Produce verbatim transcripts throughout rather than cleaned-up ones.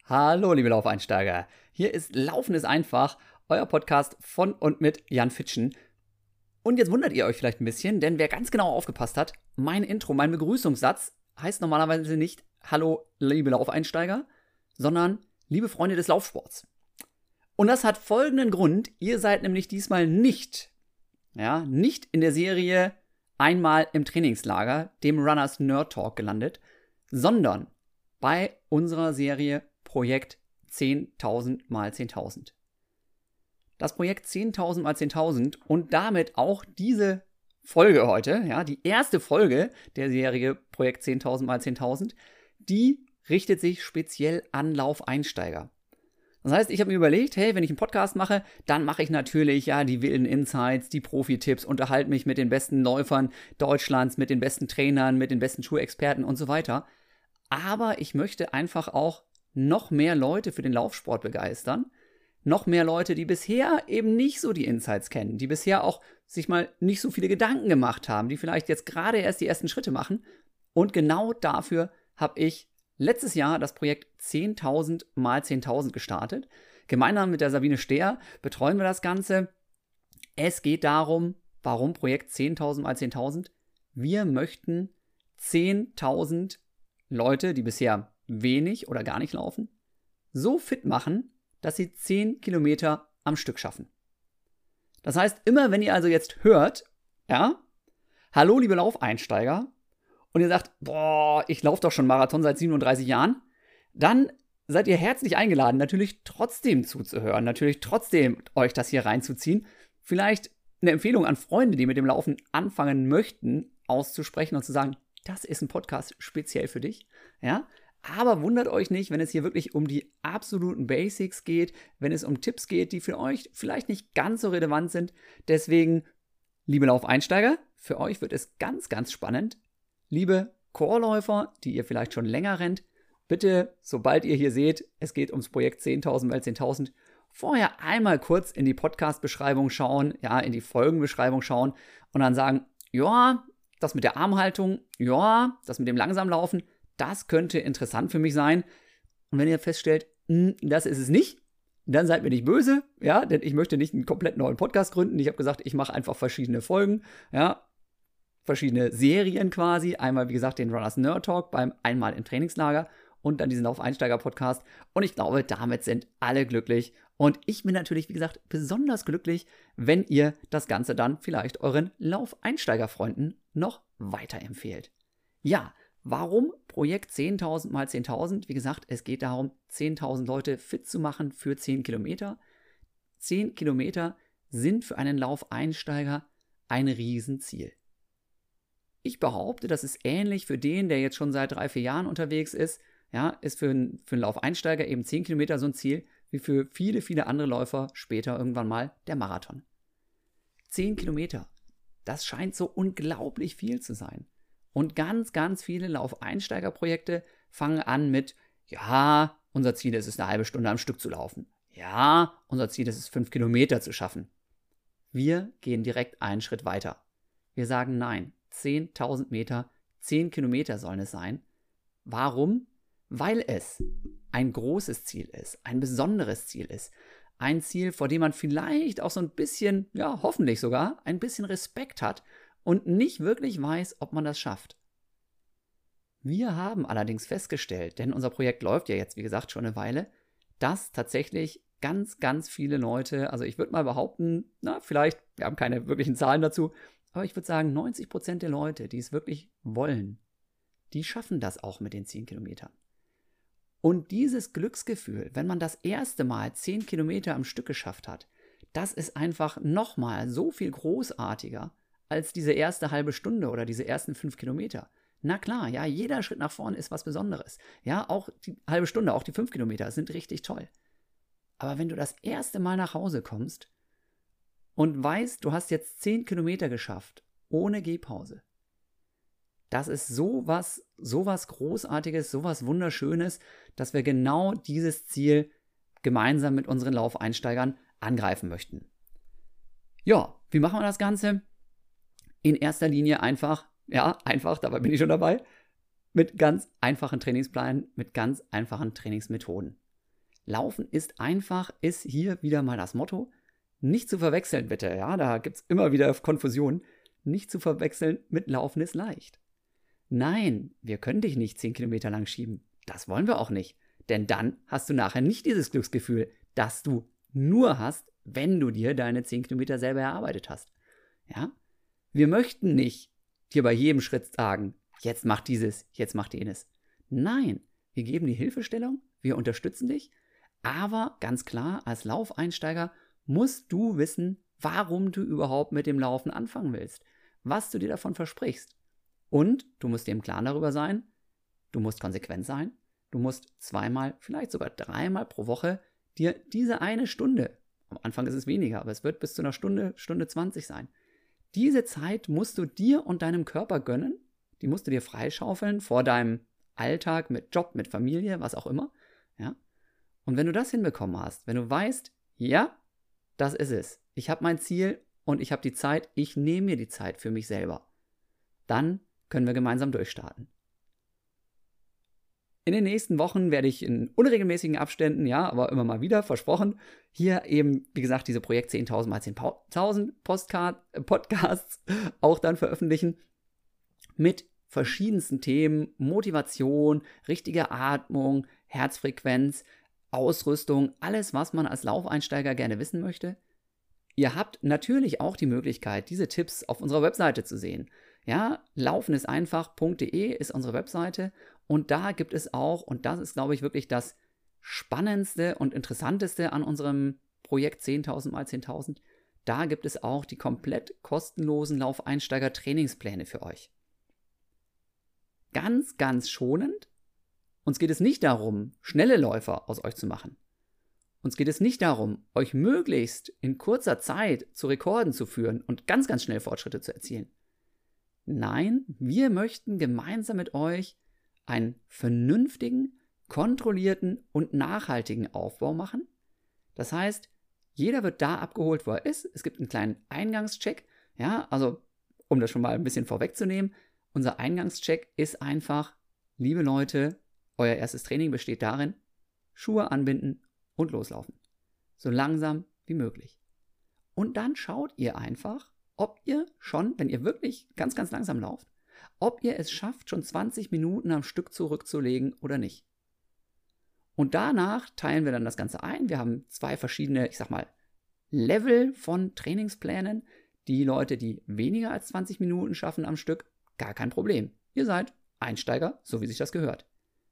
Hallo, liebe Laufeinsteiger. Hier ist Laufen ist einfach, euer Podcast von und mit Jan Fitschen. Und jetzt wundert ihr euch vielleicht ein bisschen, denn wer ganz genau aufgepasst hat, mein Intro, mein Begrüßungssatz heißt normalerweise nicht Hallo, liebe Laufeinsteiger, sondern liebe Freunde des Laufsports. Und das hat folgenden Grund: Ihr seid nämlich diesmal nicht, ja, nicht in der Serie Einmal im Trainingslager, dem Runners Nerd Talk, gelandet, sondern bei unserer Serie Projekt zehntausend mal zehntausend. Das Projekt zehntausend mal zehntausend und damit auch diese Folge heute, ja, die erste Folge der Serie Projekt zehntausend mal zehntausend, die richtet sich speziell an Laufeinsteiger. Das heißt, ich habe mir überlegt, hey, wenn ich einen Podcast mache, dann mache ich natürlich ja die wilden Insights, die Profi-Tipps, unterhalte mich mit den besten Läufern Deutschlands, mit den besten Trainern, mit den besten Schuhexperten und so weiter. Aber ich möchte einfach auch noch mehr Leute für den Laufsport begeistern. Noch mehr Leute, die bisher eben nicht so die Insights kennen, die bisher auch sich mal nicht so viele Gedanken gemacht haben, die vielleicht jetzt gerade erst die ersten Schritte machen. Und genau dafür habe ich letztes Jahr das Projekt zehntausend mal zehntausend gestartet. Gemeinsam mit der Sabine Stehr betreuen wir das Ganze. Es geht darum, warum Projekt zehntausend mal zehntausend? Wir möchten zehntausend Leute, die bisher wenig oder gar nicht laufen, so fit machen, dass sie zehn Kilometer am Stück schaffen. Das heißt, immer wenn ihr also jetzt hört, ja, hallo liebe Laufeinsteiger, und ihr sagt, boah, ich laufe doch schon Marathon seit siebenunddreißig Jahren, dann seid ihr herzlich eingeladen, natürlich trotzdem zuzuhören, natürlich trotzdem euch das hier reinzuziehen, vielleicht eine Empfehlung an Freunde, die mit dem Laufen anfangen möchten, auszusprechen und zu sagen, das ist ein Podcast speziell für dich, ja. Aber wundert euch nicht, wenn es hier wirklich um die absoluten Basics geht, wenn es um Tipps geht, die für euch vielleicht nicht ganz so relevant sind. Deswegen, liebe Laufeinsteiger, für euch wird es ganz, ganz spannend. Liebe Choreläufer, die ihr vielleicht schon länger rennt, bitte, sobald ihr hier seht, es geht ums Projekt zehntausend mal zehntausend, vorher einmal kurz in die Podcast-Beschreibung schauen, ja, in die Folgenbeschreibung schauen und dann sagen, ja, das mit der Armhaltung, ja, das mit dem Langsamlaufen, das könnte interessant für mich sein. Und wenn ihr feststellt, mh, das ist es nicht, dann seid mir nicht böse, ja, denn ich möchte nicht einen komplett neuen Podcast gründen. Ich habe gesagt, ich mache einfach verschiedene Folgen, ja, verschiedene Serien quasi. Einmal, wie gesagt, den Runners Nerd Talk beim Einmal im Trainingslager und dann diesen Laufeinsteiger-Podcast. Und ich glaube, damit sind alle glücklich. Und ich bin natürlich, wie gesagt, besonders glücklich, wenn ihr das Ganze dann vielleicht euren Laufeinsteigerfreunden noch weiterempfehlt. Ja, warum Projekt zehntausend mal zehntausend? Wie gesagt, es geht darum, zehntausend Leute fit zu machen für zehn Kilometer. zehn Kilometer sind für einen Laufeinsteiger ein Riesenziel. Ich behaupte, das ist ähnlich für den, der jetzt schon seit drei, vier Jahren unterwegs ist. Ja, ist für einen, für einen Laufeinsteiger eben zehn Kilometer so ein Ziel, wie für viele, viele andere Läufer später irgendwann mal der Marathon. zehn Kilometer, das scheint so unglaublich viel zu sein. Und ganz, ganz viele Laufeinsteigerprojekte fangen an mit, ja, unser Ziel ist es, eine halbe Stunde am Stück zu laufen. Ja, unser Ziel ist es, fünf Kilometer zu schaffen. Wir gehen direkt einen Schritt weiter. Wir sagen nein, zehntausend Meter, zehn Kilometer sollen es sein. Warum? Weil es ein großes Ziel ist, ein besonderes Ziel ist. Ein Ziel, vor dem man vielleicht auch so ein bisschen, ja, hoffentlich sogar, ein bisschen Respekt hat und nicht wirklich weiß, ob man das schafft. Wir haben allerdings festgestellt, denn unser Projekt läuft ja jetzt, wie gesagt, schon eine Weile, dass tatsächlich ganz, ganz viele Leute, also ich würde mal behaupten, na, vielleicht, wir haben keine wirklichen Zahlen dazu, aber ich würde sagen, neunzig Prozent der Leute, die es wirklich wollen, die schaffen das auch mit den zehn Kilometern. Und dieses Glücksgefühl, wenn man das erste Mal zehn Kilometer am Stück geschafft hat, das ist einfach nochmal so viel großartiger als diese erste halbe Stunde oder diese ersten fünf Kilometer. Na klar, ja, jeder Schritt nach vorne ist was Besonderes. Ja, auch die halbe Stunde, auch die fünf Kilometer sind richtig toll. Aber wenn du das erste Mal nach Hause kommst und weißt, du hast jetzt zehn Kilometer geschafft, ohne Gehpause, das ist sowas, sowas Großartiges, sowas Wunderschönes, dass wir genau dieses Ziel gemeinsam mit unseren Laufeinsteigern angreifen möchten. Ja, wie machen wir das Ganze? In erster Linie einfach, ja, einfach, dabei bin ich schon dabei, mit ganz einfachen Trainingsplänen, mit ganz einfachen Trainingsmethoden. Laufen ist einfach, ist hier wieder mal das Motto. Nicht zu verwechseln bitte, ja, da gibt es immer wieder Konfusionen. Nicht zu verwechseln mit Laufen ist leicht. Nein, wir können dich nicht zehn Kilometer lang schieben. Das wollen wir auch nicht. Denn dann hast du nachher nicht dieses Glücksgefühl, das du nur hast, wenn du dir deine zehn Kilometer selber erarbeitet hast. Ja? Wir möchten nicht dir bei jedem Schritt sagen, jetzt mach dieses, jetzt mach jenes. Nein, wir geben die Hilfestellung, wir unterstützen dich, aber ganz klar, als Laufeinsteiger musst du wissen, warum du überhaupt mit dem Laufen anfangen willst, was du dir davon versprichst. Und du musst dir im Klaren darüber sein, du musst konsequent sein, du musst zweimal, vielleicht sogar dreimal pro Woche dir diese eine Stunde, am Anfang ist es weniger, aber es wird bis zu einer Stunde, Stunde zwanzig sein. Diese Zeit musst du dir und deinem Körper gönnen, die musst du dir freischaufeln vor deinem Alltag mit Job, mit Familie, was auch immer. Ja? Und wenn du das hinbekommen hast, wenn du weißt, ja, das ist es, ich habe mein Ziel und ich habe die Zeit, ich nehme mir die Zeit für mich selber, dann können wir gemeinsam durchstarten. In den nächsten Wochen werde ich in unregelmäßigen Abständen, ja, aber immer mal wieder, versprochen, hier eben, wie gesagt, diese Projekt zehntausend mal zehntausend Podcasts auch dann veröffentlichen mit verschiedensten Themen, Motivation, richtige Atmung, Herzfrequenz, Ausrüstung, alles, was man als Laufeinsteiger gerne wissen möchte. Ihr habt natürlich auch die Möglichkeit, diese Tipps auf unserer Webseite zu sehen. Ja, laufeniseinfach punkt de ist unsere Webseite und da gibt es auch, und das ist, glaube ich, wirklich das Spannendste und Interessanteste an unserem Projekt zehntausend mal zehntausend, da gibt es auch die komplett kostenlosen Laufeinsteiger-Trainingspläne für euch. Ganz, ganz schonend. Uns geht es nicht darum, schnelle Läufer aus euch zu machen. Uns geht es nicht darum, euch möglichst in kurzer Zeit zu Rekorden zu führen und ganz, ganz schnell Fortschritte zu erzielen. Nein, wir möchten gemeinsam mit euch einen vernünftigen, kontrollierten und nachhaltigen Aufbau machen. Das heißt, jeder wird da abgeholt, wo er ist. Es gibt einen kleinen Eingangscheck. Ja, also um das schon mal ein bisschen vorwegzunehmen, unser Eingangscheck ist einfach, liebe Leute, euer erstes Training besteht darin, Schuhe anbinden und loslaufen. So langsam wie möglich. Und dann schaut ihr einfach, ob ihr schon, wenn ihr wirklich ganz, ganz langsam lauft, ob ihr es schafft, schon zwanzig Minuten am Stück zurückzulegen oder nicht. Und danach teilen wir dann das Ganze ein. Wir haben zwei verschiedene, ich sag mal, Level von Trainingsplänen. Die Leute, die weniger als zwanzig Minuten schaffen am Stück, gar kein Problem. Ihr seid Einsteiger, so wie sich das gehört.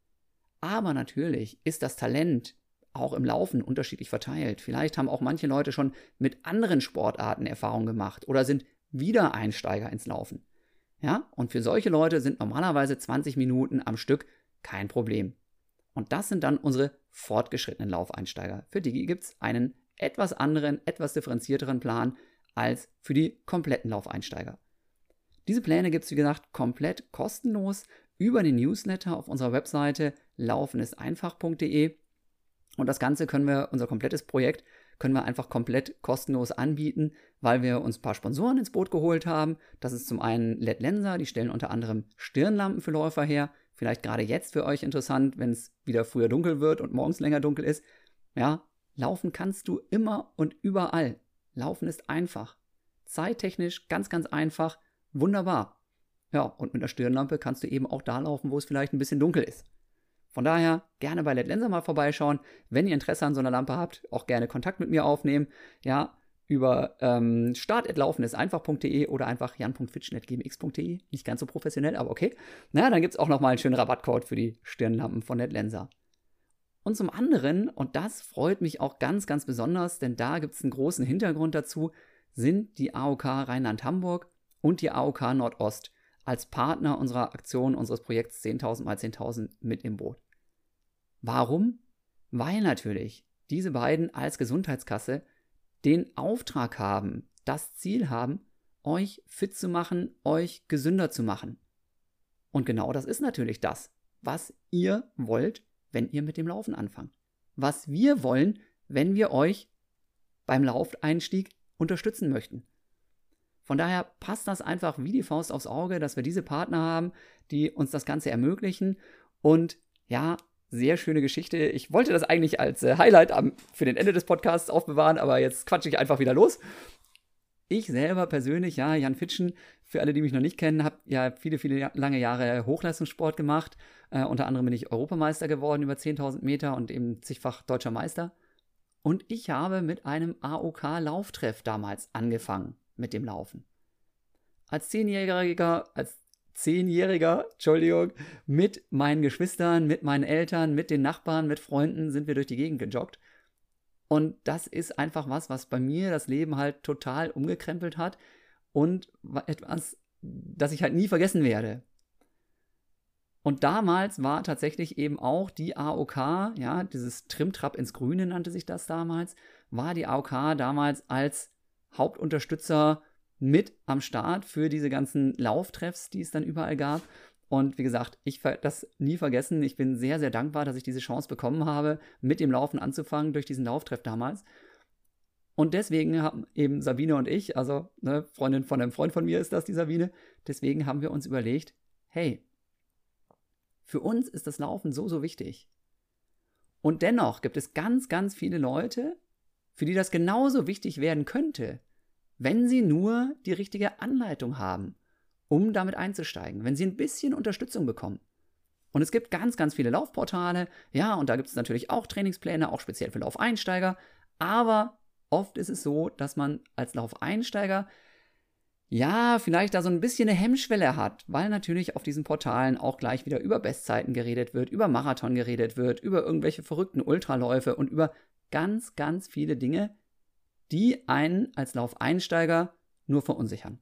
Aber natürlich ist das Talent auch im Laufen unterschiedlich verteilt. Vielleicht haben auch manche Leute schon mit anderen Sportarten Erfahrung gemacht oder sind Wiedereinsteiger ins Laufen. Ja, und für solche Leute sind normalerweise zwanzig Minuten am Stück kein Problem. Und das sind dann unsere fortgeschrittenen Laufeinsteiger. Für die gibt es einen etwas anderen, etwas differenzierteren Plan als für die kompletten Laufeinsteiger. Diese Pläne gibt es, wie gesagt, komplett kostenlos über den Newsletter auf unserer Webseite laufeniseinfach punkt de. Und das Ganze können wir, unser komplettes Projekt, können wir einfach komplett kostenlos anbieten, weil wir uns ein paar Sponsoren ins Boot geholt haben. Das ist zum einen L E D Lensa, die stellen unter anderem Stirnlampen für Läufer her. Vielleicht gerade jetzt für euch interessant, wenn es wieder früher dunkel wird und morgens länger dunkel ist. Ja, laufen kannst du immer und überall. Laufen ist einfach. Zeittechnisch ganz, ganz einfach. Wunderbar. Ja, und mit einer Stirnlampe kannst du eben auch da laufen, wo es vielleicht ein bisschen dunkel ist. Von daher gerne bei L E D Lensa mal vorbeischauen. Wenn ihr Interesse an so einer Lampe habt, auch gerne Kontakt mit mir aufnehmen. Ja, über ähm, start at laufeniseinfach punkt de oder einfach jan punkt fitschen at g m x punkt de. Nicht ganz so professionell, aber okay. Na, dann gibt es auch nochmal einen schönen Rabattcode für die Stirnlampen von L E D Lensa. Und zum anderen, und das freut mich auch ganz, ganz besonders, denn da gibt es einen großen Hintergrund dazu, sind die A O K Rheinland-Hamburg und die A O K Nordost als Partner unserer Aktion, unseres Projekts zehntausend mal zehntausend mit im Boot. Warum? Weil natürlich diese beiden als Gesundheitskasse den Auftrag haben, das Ziel haben, euch fit zu machen, euch gesünder zu machen. Und genau das ist natürlich das, was ihr wollt, wenn ihr mit dem Laufen anfangt. Was wir wollen, wenn wir euch beim Laufeinstieg unterstützen möchten. Von daher passt das einfach wie die Faust aufs Auge, dass wir diese Partner haben, die uns das Ganze ermöglichen. Und ja, sehr schöne Geschichte. Ich wollte das eigentlich als äh, Highlight am, für den Ende des Podcasts aufbewahren, aber jetzt quatsche ich einfach wieder los. Ich selber persönlich, ja, Jan Fitschen, für alle, die mich noch nicht kennen, habe ja viele, viele lange Jahre Hochleistungssport gemacht. Äh, unter anderem bin ich Europameister geworden über zehntausend Meter und eben zigfach deutscher Meister. Und ich habe mit einem A O K-Lauftreff damals angefangen mit dem Laufen. Als Zehnjähriger, als Zehnjähriger, Entschuldigung, mit meinen Geschwistern, mit meinen Eltern, mit den Nachbarn, mit Freunden sind wir durch die Gegend gejoggt. Und das ist einfach was, was bei mir das Leben halt total umgekrempelt hat und etwas, das ich halt nie vergessen werde. Und damals war tatsächlich eben auch die A O K, ja, dieses Trimtrap ins Grüne nannte sich das damals, war die A O K damals als Hauptunterstützer mit am Start für diese ganzen Lauftreffs, die es dann überall gab. Und wie gesagt, ich werde das nie vergessen. Ich bin sehr, sehr dankbar, dass ich diese Chance bekommen habe, mit dem Laufen anzufangen durch diesen Lauftreff damals. Und deswegen haben eben Sabine und ich, also eine Freundin von einem Freund von mir ist das, die Sabine, deswegen haben wir uns überlegt, hey, für uns ist das Laufen so, so wichtig. Und dennoch gibt es ganz, ganz viele Leute, für die das genauso wichtig werden könnte, wenn sie nur die richtige Anleitung haben, um damit einzusteigen, wenn sie ein bisschen Unterstützung bekommen. Und es gibt ganz, ganz viele Laufportale, ja, und da gibt es natürlich auch Trainingspläne, auch speziell für Laufeinsteiger, aber oft ist es so, dass man als Laufeinsteiger ja, vielleicht da so ein bisschen eine Hemmschwelle hat, weil natürlich auf diesen Portalen auch gleich wieder über Bestzeiten geredet wird, über Marathon geredet wird, über irgendwelche verrückten Ultraläufe und über ganz, ganz viele Dinge, die einen als Laufeinsteiger nur verunsichern.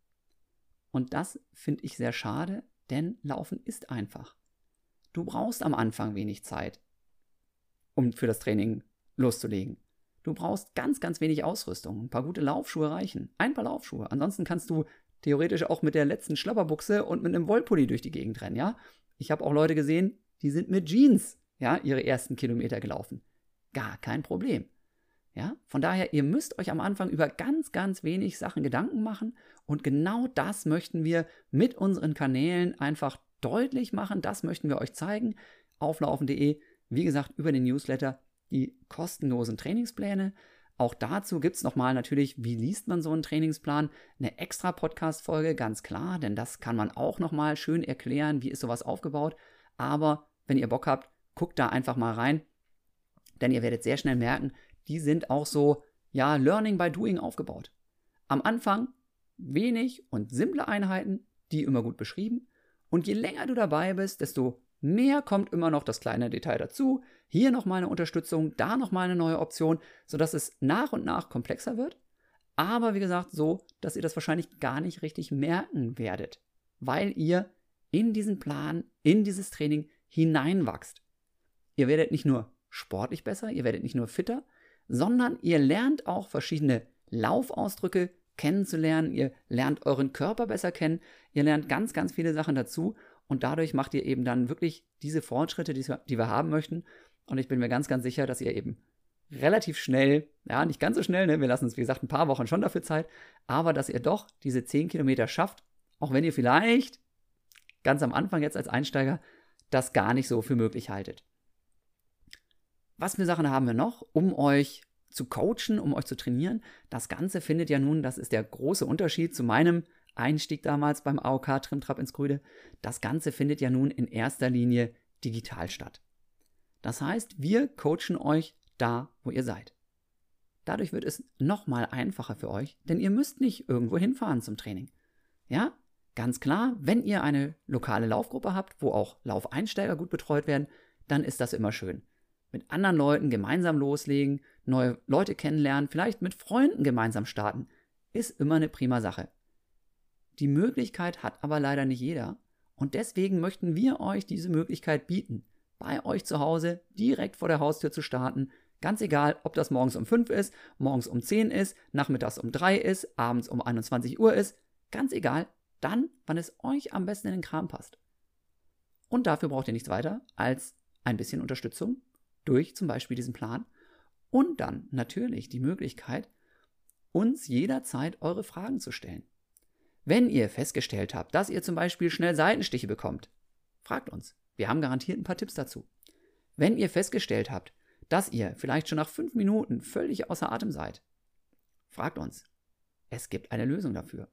Und das finde ich sehr schade, denn Laufen ist einfach. Du brauchst am Anfang wenig Zeit, um für das Training loszulegen. Du brauchst ganz, ganz wenig Ausrüstung. Ein paar gute Laufschuhe reichen. Ein paar Laufschuhe. Ansonsten kannst du theoretisch auch mit der letzten Schlapperbuchse und mit einem Wollpulli durch die Gegend rennen, ja? Ich habe auch Leute gesehen, die sind mit Jeans, ja, ihre ersten Kilometer gelaufen. Gar kein Problem. Ja? Von daher, ihr müsst euch am Anfang über ganz, ganz wenig Sachen Gedanken machen und genau das möchten wir mit unseren Kanälen einfach deutlich machen. Das möchten wir euch zeigen auf laufen punkt de. Wie gesagt, über den Newsletter die kostenlosen Trainingspläne. Auch dazu gibt es nochmal natürlich, wie liest man so einen Trainingsplan, eine extra Podcast-Folge, ganz klar, denn das kann man auch nochmal schön erklären, wie ist sowas aufgebaut. Aber wenn ihr Bock habt, guckt da einfach mal rein, denn ihr werdet sehr schnell merken, die sind auch so, ja, Learning by Doing aufgebaut. Am Anfang wenig und simple Einheiten, die immer gut beschrieben. Und je länger du dabei bist, desto mehr kommt immer noch das kleine Detail dazu. Hier nochmal eine Unterstützung, da nochmal eine neue Option, sodass es nach und nach komplexer wird. Aber wie gesagt, so, dass ihr das wahrscheinlich gar nicht richtig merken werdet, weil ihr in diesen Plan, in dieses Training hineinwachst. Ihr werdet nicht nur sportlich besser, ihr werdet nicht nur fitter, sondern ihr lernt auch verschiedene Laufausdrücke kennenzulernen, ihr lernt euren Körper besser kennen, ihr lernt ganz, ganz viele Sachen dazu und dadurch macht ihr eben dann wirklich diese Fortschritte, die wir haben möchten. Und ich bin mir ganz, ganz sicher, dass ihr eben relativ schnell, ja, nicht ganz so schnell, ne? Wir lassen uns, wie gesagt, ein paar Wochen schon dafür Zeit, aber dass ihr doch diese zehn Kilometer schafft, auch wenn ihr vielleicht ganz am Anfang jetzt als Einsteiger das gar nicht so für möglich haltet. Was für Sachen haben wir noch, um euch zu coachen, um euch zu trainieren? Das Ganze findet ja nun, das ist der große Unterschied zu meinem Einstieg damals beim A O K Trimtrap ins Grüne, das Ganze findet ja nun in erster Linie digital statt. Das heißt, wir coachen euch da, wo ihr seid. Dadurch wird es nochmal einfacher für euch, denn ihr müsst nicht irgendwo hinfahren zum Training. Ja, ganz klar, wenn ihr eine lokale Laufgruppe habt, wo auch Laufeinsteiger gut betreut werden, dann ist das immer schön. Mit anderen Leuten gemeinsam loslegen, neue Leute kennenlernen, vielleicht mit Freunden gemeinsam starten, ist immer eine prima Sache. Die Möglichkeit hat aber leider nicht jeder und deswegen möchten wir euch diese Möglichkeit bieten, bei euch zu Hause direkt vor der Haustür zu starten, ganz egal, ob das morgens um fünf ist, morgens um zehn ist, nachmittags um drei ist, abends um einundzwanzig Uhr ist, ganz egal, dann, wann es euch am besten in den Kram passt. Und dafür braucht ihr nichts weiter als ein bisschen Unterstützung durch zum Beispiel diesen Plan und dann natürlich die Möglichkeit, uns jederzeit eure Fragen zu stellen. Wenn ihr festgestellt habt, dass ihr zum Beispiel schnell Seitenstiche bekommt, fragt uns. Wir haben garantiert ein paar Tipps dazu. wenn ihr festgestellt habt, dass ihr vielleicht schon nach fünf Minuten völlig außer Atem seid, fragt uns. Es gibt eine Lösung dafür.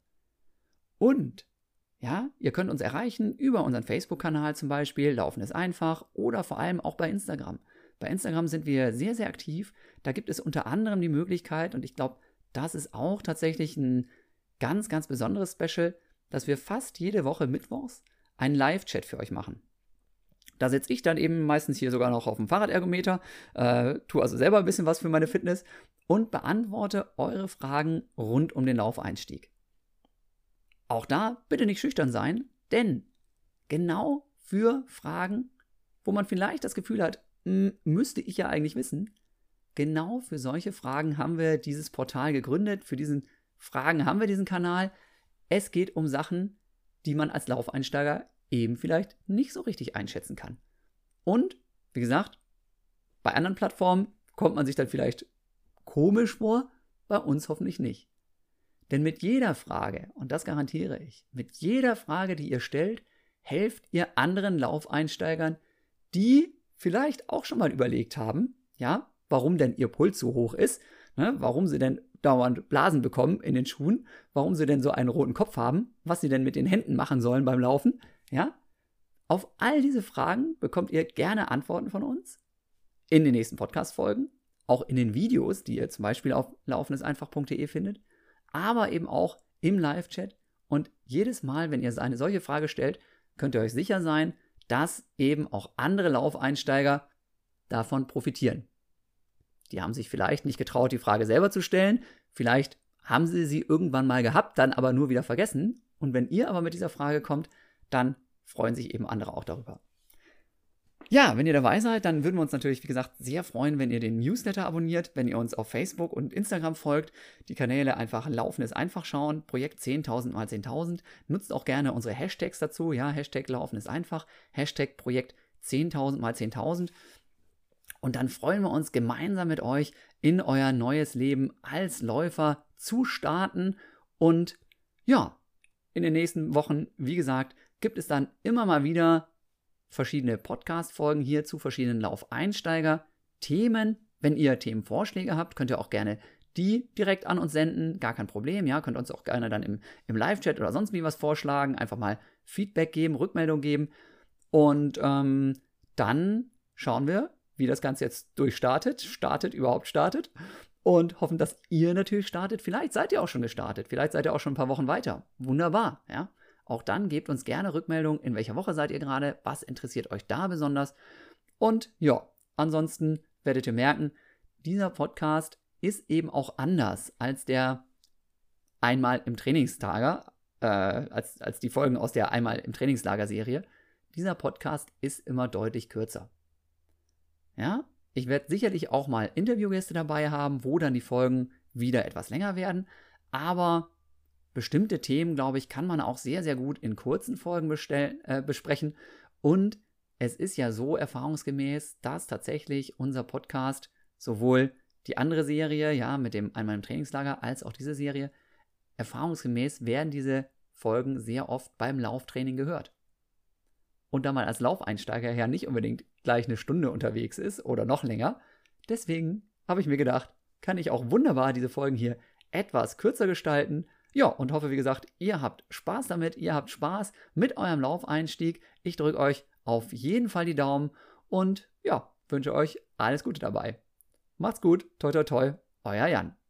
Und, ja, ihr könnt uns erreichen über unseren Facebook-Kanal zum Beispiel, Laufen ist einfach, oder vor allem auch bei Instagram. Bei Instagram sind wir sehr, sehr aktiv. Da gibt es unter anderem die Möglichkeit, und ich glaube, das ist auch tatsächlich ein ganz, ganz besonderes Special, dass wir fast jede Woche mittwochs einen Live-Chat für euch machen. Da sitze ich dann eben meistens hier sogar noch auf dem Fahrradergometer, äh, tue also selber ein bisschen was für meine Fitness und beantworte eure Fragen rund um den Laufeinstieg. Auch da bitte nicht schüchtern sein, denn genau für Fragen, wo man vielleicht das Gefühl hat, müsste ich ja eigentlich wissen, genau für solche Fragen haben wir dieses Portal gegründet, für diese Fragen haben wir diesen Kanal. Es geht um Sachen, die man als Laufeinsteiger eben vielleicht nicht so richtig einschätzen kann. Und, wie gesagt, bei anderen Plattformen kommt man sich dann vielleicht komisch vor, bei uns hoffentlich nicht. Denn mit jeder Frage, und das garantiere ich, mit jeder Frage, die ihr stellt, helft ihr anderen Laufeinsteigern, die vielleicht auch schon mal überlegt haben, ja, warum denn ihr Puls so hoch ist, ne, warum sie denn dauernd Blasen bekommen in den Schuhen, warum sie denn so einen roten Kopf haben, was sie denn mit den Händen machen sollen beim Laufen, ja. Auf all diese Fragen bekommt ihr gerne Antworten von uns in den nächsten Podcast-Folgen, auch in den Videos, die ihr zum Beispiel auf laufendeseinfach punkt de findet, aber eben auch im Live-Chat. Und jedes Mal, wenn ihr eine solche Frage stellt, könnt ihr euch sicher sein, dass eben auch andere Laufeinsteiger davon profitieren. Die haben sich vielleicht nicht getraut, die Frage selber zu stellen. Vielleicht haben sie sie irgendwann mal gehabt, dann aber nur wieder vergessen. Und wenn ihr aber mit dieser Frage kommt, dann freuen sich eben andere auch darüber. Ja, wenn ihr dabei seid, dann würden wir uns natürlich, wie gesagt, sehr freuen, wenn ihr den Newsletter abonniert, wenn ihr uns auf Facebook und Instagram folgt, die Kanäle einfach Laufen ist einfach schauen, Projekt zehntausend mal zehntausend, nutzt auch gerne unsere Hashtags dazu, ja, Hashtag Laufen ist einfach, Hashtag Projekt zehntausend mal zehntausend und dann freuen wir uns gemeinsam mit euch in euer neues Leben als Läufer zu starten und ja, in den nächsten Wochen, wie gesagt, gibt es dann immer mal wieder verschiedene Podcast-Folgen hier zu verschiedenen Laufeinsteiger-Themen. Wenn ihr Themenvorschläge habt, könnt ihr auch gerne die direkt an uns senden. Gar kein Problem, ja. Könnt uns auch gerne dann im, im Live-Chat oder sonst wie was vorschlagen. Einfach mal Feedback geben, Rückmeldung geben. Und ähm, dann schauen wir, wie das Ganze jetzt durchstartet. Startet, überhaupt startet. Und hoffen, dass ihr natürlich startet. Vielleicht seid ihr auch schon gestartet. Vielleicht seid ihr auch schon ein paar Wochen weiter. Wunderbar, ja. Auch dann gebt uns gerne Rückmeldung, in welcher Woche seid ihr gerade, was interessiert euch da besonders. Und ja, ansonsten werdet ihr merken, dieser Podcast ist eben auch anders als der Einmal im Trainingslager, äh, als, als die Folgen aus der Einmal im Trainingslager-Serie. Dieser Podcast ist immer deutlich kürzer. Ja, ich werde sicherlich auch mal Interviewgäste dabei haben, wo dann die Folgen wieder etwas länger werden, aber bestimmte Themen, glaube ich, kann man auch sehr, sehr gut in kurzen Folgen bestell, äh, besprechen. Und es ist ja so erfahrungsgemäß, dass tatsächlich unser Podcast sowohl die andere Serie, ja, mit dem Einmal im Trainingslager, als auch diese Serie, erfahrungsgemäß werden diese Folgen sehr oft beim Lauftraining gehört. Und da man als Laufeinsteiger ja nicht unbedingt gleich eine Stunde unterwegs ist oder noch länger, deswegen habe ich mir gedacht, kann ich auch wunderbar diese Folgen hier etwas kürzer gestalten. Ja, und hoffe, wie gesagt, ihr habt Spaß damit, ihr habt Spaß mit eurem Laufeinstieg. Ich drücke euch auf jeden Fall die Daumen und ja, wünsche euch alles Gute dabei. Macht's gut, toi toi toi, euer Jan.